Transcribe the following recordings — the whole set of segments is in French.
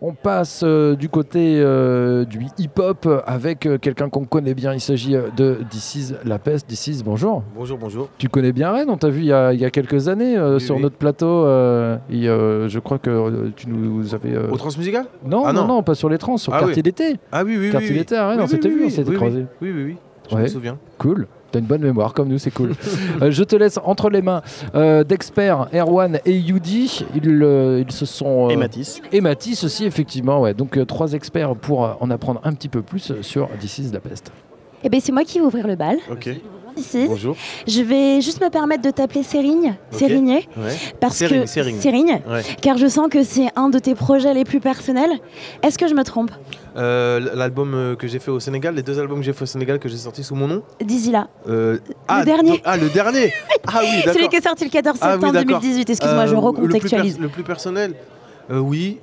On passe du côté du hip-hop avec quelqu'un qu'on connaît bien. Il s'agit de This Is La Peste. This Is, bonjour. Bonjour, bonjour. Tu connais bien Rennes, on t'a vu il y a quelques années sur notre plateau. Je crois que tu nous avais... Au Transmusical ? Non, pas sur les trans, sur Quartier d'été. Ah oui. Quartier d'été à Rennes, on s'était vu, on s'était croisés. Oui, je me souviens. Cool. T'as une bonne mémoire, comme nous, c'est cool. Je te laisse entre les mains d'experts, Erwan et Yudi. Ils se sont... Et Mathis aussi, effectivement. Ouais. Donc, 3 experts pour en apprendre un petit peu plus sur This Is La Peste. Eh bien, c'est moi qui vais ouvrir le bal. Ok. Ici. Bonjour. Je vais juste me permettre de t'appeler Sérigne, Sérigné, parce que Sérigne, car je sens que c'est un de tes projets les plus personnels. Est-ce que je me trompe ? L'album que j'ai fait au Sénégal, les 2 albums que j'ai fait au Sénégal que j'ai sortis sous mon nom. Dizila. Le dernier. Le dernier. Ah oui, d'accord. Celui qui est sorti le 14 septembre 2018. Excuse-moi, je recontextualise. Le plus personnel. Oui,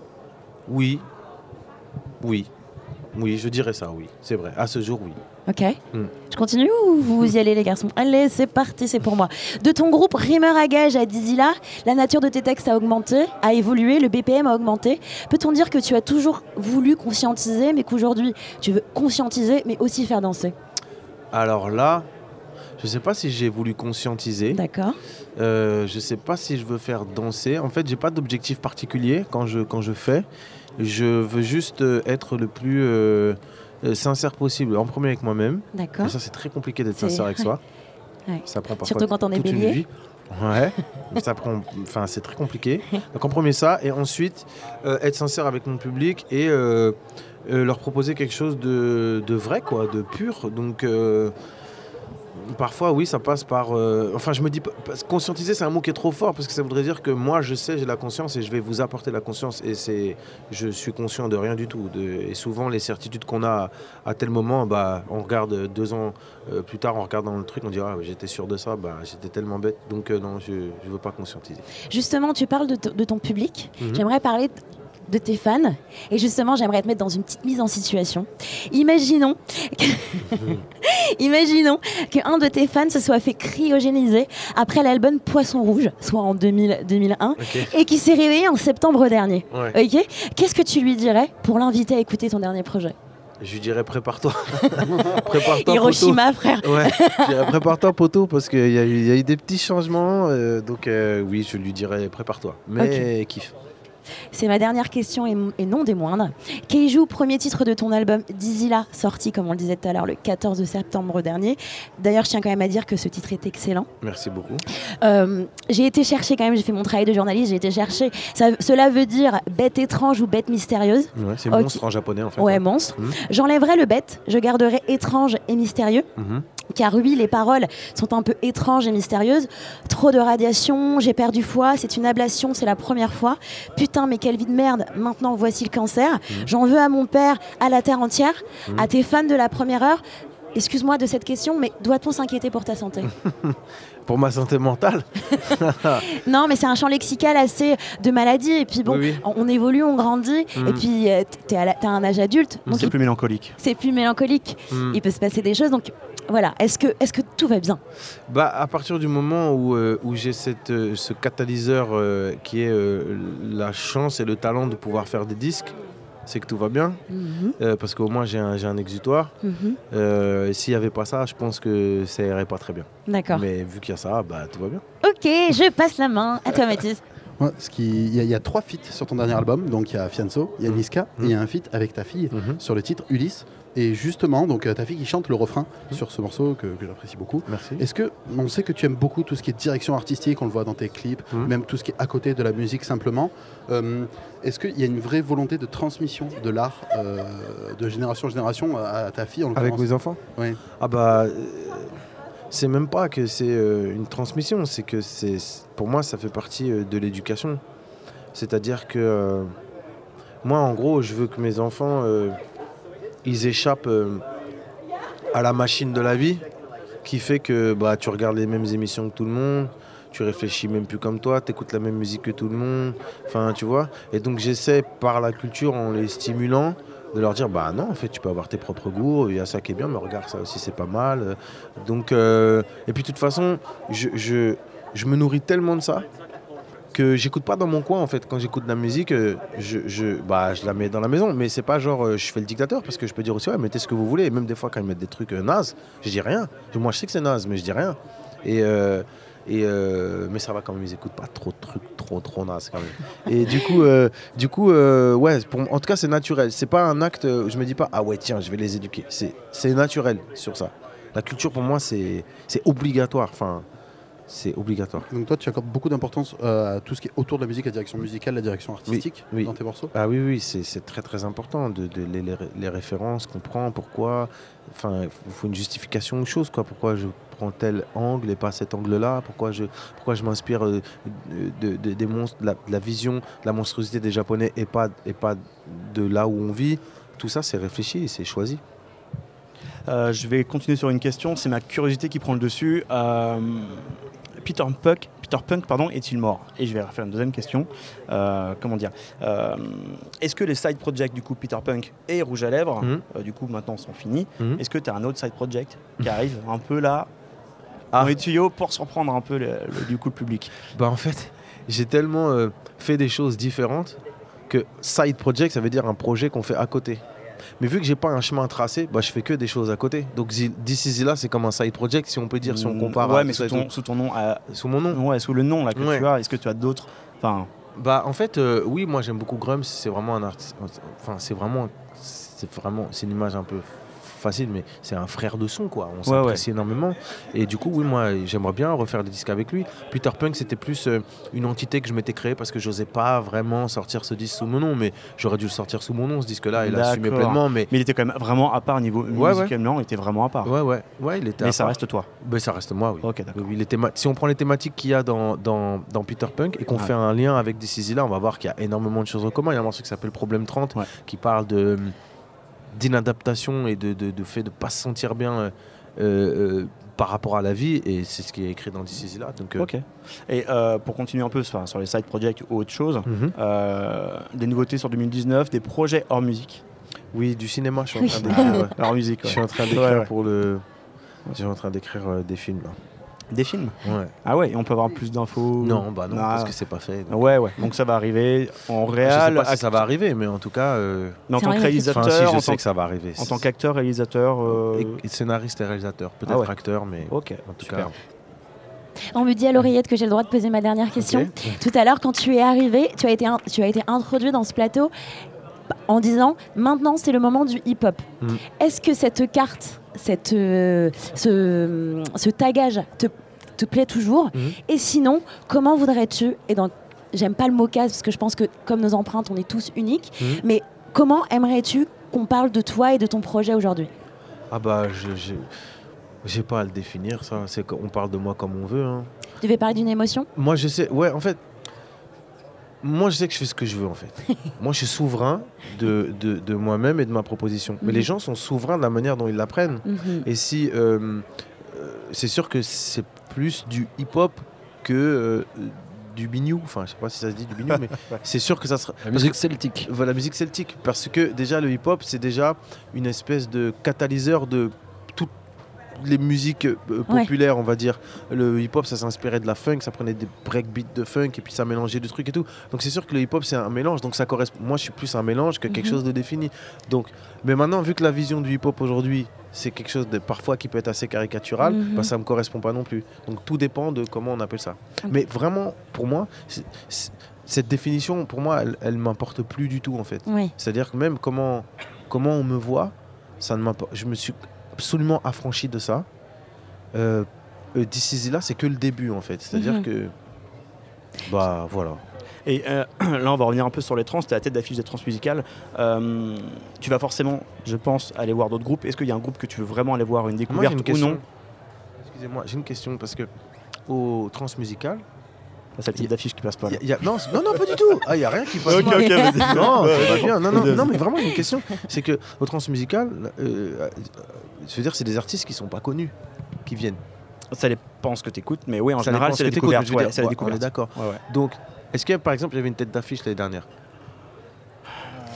je dirais ça, oui. C'est vrai. À ce jour, oui. Ok. Je continue ou vous y allez, les garçons ? Allez, c'est parti, c'est pour moi. De ton groupe Rimeur à gage à Dizila, la nature de tes textes a augmenté, a évolué, le BPM a augmenté. Peut-on dire que tu as toujours voulu conscientiser, mais qu'aujourd'hui, tu veux conscientiser, mais aussi faire danser ? Alors là, je ne sais pas si j'ai voulu conscientiser. D'accord. Je ne sais pas si je veux faire danser. En fait, j'ai pas d'objectif particulier quand je fais. Je veux juste être le plus sincère possible, en premier avec moi-même. D'accord. Et ça, c'est très compliqué d'être sincère avec soi. Ouais. Ça prend parfois surtout quand on est toute une bélier. vie. Ouais, c'est très compliqué. Donc en premier ça, et ensuite être sincère avec mon public et leur proposer quelque chose de vrai, quoi, de pur. Donc parfois, oui, ça passe par... je me dis... Conscientiser, c'est un mot qui est trop fort, parce que ça voudrait dire que moi, je sais, j'ai la conscience, et je vais vous apporter la conscience. Et je suis conscient de rien du tout. Et souvent, les certitudes qu'on a à tel moment, on regarde 2 ans plus tard, on regarde dans le truc, on dit « Ah, j'étais sûr de ça, j'étais tellement bête. » Donc non, je ne veux pas conscientiser. Justement, tu parles de ton public. J'aimerais parler de tes fans. Et justement, j'aimerais te mettre dans une petite mise en situation. Imaginons qu'un de tes fans se soit fait cryogéniser après l'album Poisson Rouge, soit en 2001, et qui s'est réveillé en septembre dernier. Ouais. Okay. Qu'est-ce que tu lui dirais pour l'inviter à écouter ton dernier projet ? Je lui dirais prépare-toi. Prépare-toi, Hiroshima, poteau. frère. Ouais, je dirais prépare-toi, poteau, parce qu'il y a eu des petits changements. Donc oui, je lui dirais prépare-toi. Mais kiffe. C'est ma dernière question et non des moindres. Keiju, premier titre de ton album Dizila, sorti, comme on le disait tout à l'heure, le 14 septembre dernier. D'ailleurs, je tiens quand même à dire que ce titre est excellent. Merci beaucoup. J'ai été chercher quand même, j'ai fait mon travail de journaliste, j'ai été chercher. Cela veut dire bête étrange ou bête mystérieuse. Ouais, c'est monstre en japonais en fait. Ouais, monstre. J'enlèverai le bête, je garderai étrange et mystérieux. Car oui, les paroles sont un peu étranges et mystérieuses. Trop de radiation, j'ai perdu foi, c'est une ablation, c'est la première fois. Putain, mais quelle vie de merde, maintenant voici le cancer. J'en veux à mon père, à la terre entière, à tes fans de la première heure. Excuse-moi de cette question, mais doit-on s'inquiéter pour ta santé ? Pour ma santé mentale ? Non, mais c'est un champ lexical assez de maladie. Et puis bon, oui. On évolue, on grandit. Et puis t'as un âge adulte. Donc c'est plus mélancolique. C'est plus mélancolique. Il peut se passer des choses. Donc voilà, est-ce que tout va bien ? À partir du moment où j'ai ce catalyseur qui est la chance et le talent de pouvoir faire des disques, c'est que tout va bien, parce qu'au moins j'ai un exutoire. S'il n'y avait pas ça, je pense que ça irait pas très bien. D'accord. Mais vu qu'il y a ça, tout va bien. Ok, je passe la main à toi, Mathis. Ouais, il y a 3 feats sur ton dernier album, donc il y a Fianso, il y a Niska, et il y a un feat avec ta fille sur le titre Ulysse. Et justement, donc ta fille qui chante le refrain sur ce morceau que j'apprécie beaucoup. Merci. Est-ce que on sait que tu aimes beaucoup tout ce qui est direction artistique, on le voit dans tes clips, même tout ce qui est à côté de la musique simplement. Est-ce qu'il y a une vraie volonté de transmission de l'art de génération en génération à ta fille en Avec mes enfants ? Oui. C'est même pas que c'est une transmission, c'est que pour moi ça fait partie de l'éducation. C'est-à-dire que moi en gros je veux que mes enfants ils échappent à la machine de la vie qui fait que tu regardes les mêmes émissions que tout le monde, tu réfléchis même plus comme toi, tu écoutes la même musique que tout le monde, enfin tu vois. Et donc j'essaie par la culture, en les stimulant, de leur dire non en fait tu peux avoir tes propres goûts, il y a ça qui est bien, mais regarde ça aussi c'est pas mal. Donc et puis de toute façon je me nourris tellement de ça que j'écoute pas dans mon coin en fait. Quand j'écoute de la musique, je la mets dans la maison, mais c'est pas genre je fais le dictateur, parce que je peux dire aussi ouais, mettez ce que vous voulez. Et même des fois quand ils mettent des trucs nazes, je dis rien. Moi je sais que c'est naze, mais je dis rien. Mais ça va quand même, ils écoutent pas trop de trucs trop nazes quand même. Et du coup, ouais, en tout cas c'est naturel. C'est pas un acte, je me dis pas ah ouais tiens je vais les éduquer. C'est naturel sur ça. La culture pour moi c'est obligatoire. Enfin, c'est obligatoire. Donc toi, tu accordes beaucoup d'importance à tout ce qui est autour de la musique, la direction musicale, la direction artistique dans tes morceaux. Ah oui, c'est très très important les références qu'on prend, pourquoi. Enfin, il faut une justification aux choses, quoi. Pourquoi je prends tel angle et pas cet angle-là. Pourquoi je m'inspire des monstres, de la vision, de la monstruosité des Japonais et pas de là où on vit. Tout ça, c'est réfléchi et c'est choisi. Je vais continuer sur une question, c'est ma curiosité qui prend le dessus. Peter Punk, est-il mort? Et je vais refaire une deuxième question. Est-ce que les side projects du coup Peter Punk et Rouge à Lèvres, du coup maintenant sont finis? Est-ce que tu as un autre side project qui arrive un peu là dans les tuyaux pour surprendre un peu le public? Bah en fait, j'ai tellement fait des choses différentes que side project, ça veut dire un projet qu'on fait à côté. Mais vu que j'ai pas un chemin tracé, bah je fais que des choses à côté. Donc This Is Là, c'est comme un side project, si on peut dire, si on compare. Ouais, mais sous ton nom. Sous mon nom. Ouais, sous le nom là que tu as. Est-ce que tu as d'autres? Enfin. Bah en fait, oui, moi j'aime beaucoup Grums. C'est vraiment un artiste. Enfin, c'est une image un peu facile, mais c'est un frère de son, quoi. On s'apprécie énormément. Et du coup, oui, moi, j'aimerais bien refaire des disques avec lui. Peter Punk, c'était plus une entité que je m'étais créée parce que j'osais pas vraiment sortir ce disque sous mon nom, mais j'aurais dû le sortir sous mon nom, ce disque-là, et l'assumer pleinement. Mais il était quand même vraiment à part niveau musicalement, il était vraiment à part. Ouais, il était. Mais ça reste toi. Ben, ça reste moi, oui. Ok, d'accord. Oui, si on prend les thématiques qu'il y a dans Peter Punk et qu'on fait un lien avec This Is Là, on va voir qu'il y a énormément de choses en commun. Il y a un morceau qui s'appelle Problème 30 qui parle d'inadaptation et de fait de ne pas se sentir bien par rapport à la vie, et c'est ce qui est écrit dans This Is Là. Donc, ok. Et pour continuer un peu sur les side projects ou autre chose, des nouveautés sur 2019, des projets hors musique? Oui, du cinéma, je suis en train d'écrire. Hors musique, je suis en train d'écrire je suis en train d'écrire des films là. Des films? Ouais. Ah ouais, et on peut avoir plus d'infos? Non, parce que c'est pas fait. Donc. Ouais. Donc ça va arriver en réel. Je sais pas si ça va arriver, mais en tout cas. Mais en tant que réalisateur, je sais que ça va arriver. En tant qu'acteur, réalisateur. Et scénariste et réalisateur, peut-être acteur, mais ok, en tout super. cas. On me dit à l'oreillette que j'ai le droit de poser ma dernière question. Okay. Tout à l'heure, quand tu es arrivé, tu as été introduit dans ce plateau en disant maintenant c'est le moment du hip-hop. Est-ce que cette carte, ce tagage te plaît toujours? Et sinon, comment voudrais-tu, j'aime pas le mot case parce que je pense que comme nos empreintes, on est tous uniques, mais comment aimerais-tu qu'on parle de toi et de ton projet aujourd'hui? Ah bah, j'ai pas à le définir, ça. C'est qu'on parle de moi comme on veut. Hein. Tu veux parler d'une émotion? Moi, je sais, ouais, en fait, moi, je sais que je fais ce que je veux, en fait. Moi, je suis souverain de moi-même et de ma proposition. Mais les gens sont souverains de la manière dont ils la prennent. Et si... c'est sûr que c'est plus du hip-hop que du biniou. Enfin, je sais pas si ça se dit du biniou, mais c'est sûr que ça sera... La musique celtique. Voilà, la musique celtique. Parce que déjà, le hip-hop, c'est déjà une espèce de catalyseur de toutes les musiques populaires, on va dire. Le hip-hop, ça s'inspirait de la funk, ça prenait des breakbeats de funk et puis ça mélangeait des trucs et tout. Donc c'est sûr que le hip-hop, c'est un mélange. Donc ça correspond... Moi, je suis plus un mélange que quelque chose de défini. Donc, mais maintenant, vu que la vision du hip-hop aujourd'hui, c'est quelque chose de parfois qui peut être assez caricatural, bah, ça ne me correspond pas non plus. Donc tout dépend de comment on appelle ça. Mais vraiment, pour moi, cette définition, pour moi, elle ne m'importe plus du tout en fait. C'est-à-dire que même comment on me voit, ça ne m'importe. Je me suis absolument affranchi de ça. This Is Là, c'est que le début en fait. C'est-à-dire que, bah voilà. Et là, on va revenir un peu sur les trans. Tu es à la tête d'affiche des trans musicales. Tu vas forcément, je pense, aller voir d'autres groupes. Est-ce qu'il y a un groupe que tu veux vraiment aller voir, une découverte ou non? Excusez-moi, j'ai une question parce que au trans musical, c'est la tête d'affiche qui passe pas. Non, pas du tout. Il n'y a rien qui passe pas. Non, ça va bien. Non, mais vraiment, une question. C'est que au trans musical, je veux dire, c'est des artistes qui sont pas connus, qui viennent. Ça dépend ce que tu écoutes, mais oui, en général, c'est la découverte. C'est la découverte. On est d'accord. Donc, est-ce que, par exemple, il y avait une tête d'affiche l'année dernière?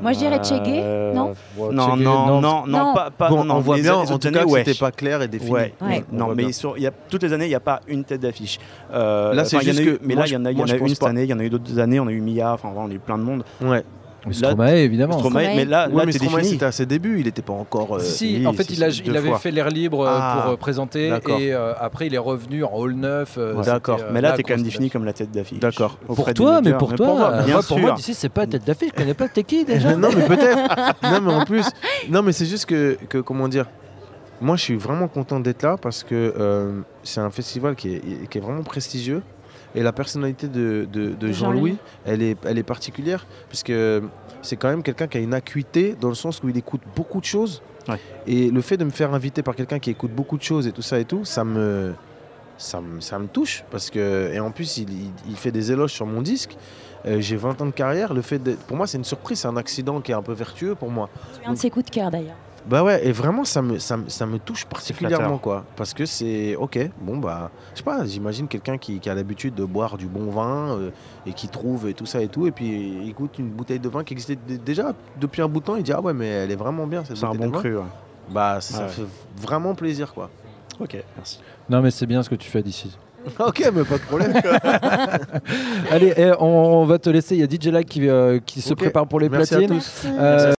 Moi, je dirais Tchégué, non Non, pas. Bon, non, on voit les bien, autres en tout années, cas, que ouais. c'était pas clair et défini. Ouais. On voit mais bien. toutes les années, il n'y a pas une tête d'affiche. Là, c'est juste que. Mais là, il y en a une cette année, il y en a eu d'autres années, on a eu Mia, enfin, on a eu plein de monde. Ouais. Stromae, évidemment. Stromae. Mais là, mais t'es Stromae, défini. c'était à ses débuts, il n'était pas encore. Si, en fait, il avait fait l'air libre pour présenter D'accord. et après il est revenu en hall 9. D'accord. Mais là, t'es quand même défini comme la tête d'affiche. D'accord. Pour toi, mais pour toi, bien pour moi, sûr. d'ici, c'est pas tête d'affiche. Je connais pas t'es qui déjà. Non, mais peut-être. Non, mais en plus. Non, mais c'est juste que comment dire. Moi, je suis vraiment content d'être là parce que c'est un festival qui est vraiment prestigieux. Et la personnalité de Jean-Louis, elle est particulière, puisque c'est quand même quelqu'un qui a une acuité dans le sens où il écoute beaucoup de choses. Ouais. Et le fait de me faire inviter par quelqu'un qui écoute beaucoup de choses et tout, ça me touche. Parce que, et en plus, il fait des éloges sur mon disque. J'ai 20 ans de carrière. Pour moi, c'est une surprise, c'est un accident qui est un peu vertueux pour moi. C'est un de ses coups de cœur d'ailleurs. Bah ouais, et vraiment ça me touche particulièrement quoi, parce que c'est ok, bon bah, je sais pas, j'imagine quelqu'un qui a l'habitude de boire du bon vin et qui trouve et tout ça et tout, et puis il goûte une bouteille de vin qui existait déjà depuis un bout de temps, il dit ah ouais mais elle est vraiment bien cette bouteille de vin. C'est un bon cru, ouais. Bah ça fait vraiment plaisir quoi. Ok, merci. Non mais c'est bien ce que tu fais d'ici. Ok, mais pas de problème. Allez, on va te laisser, il y a DJ Lag qui se prépare pour les Merci à platines. tous.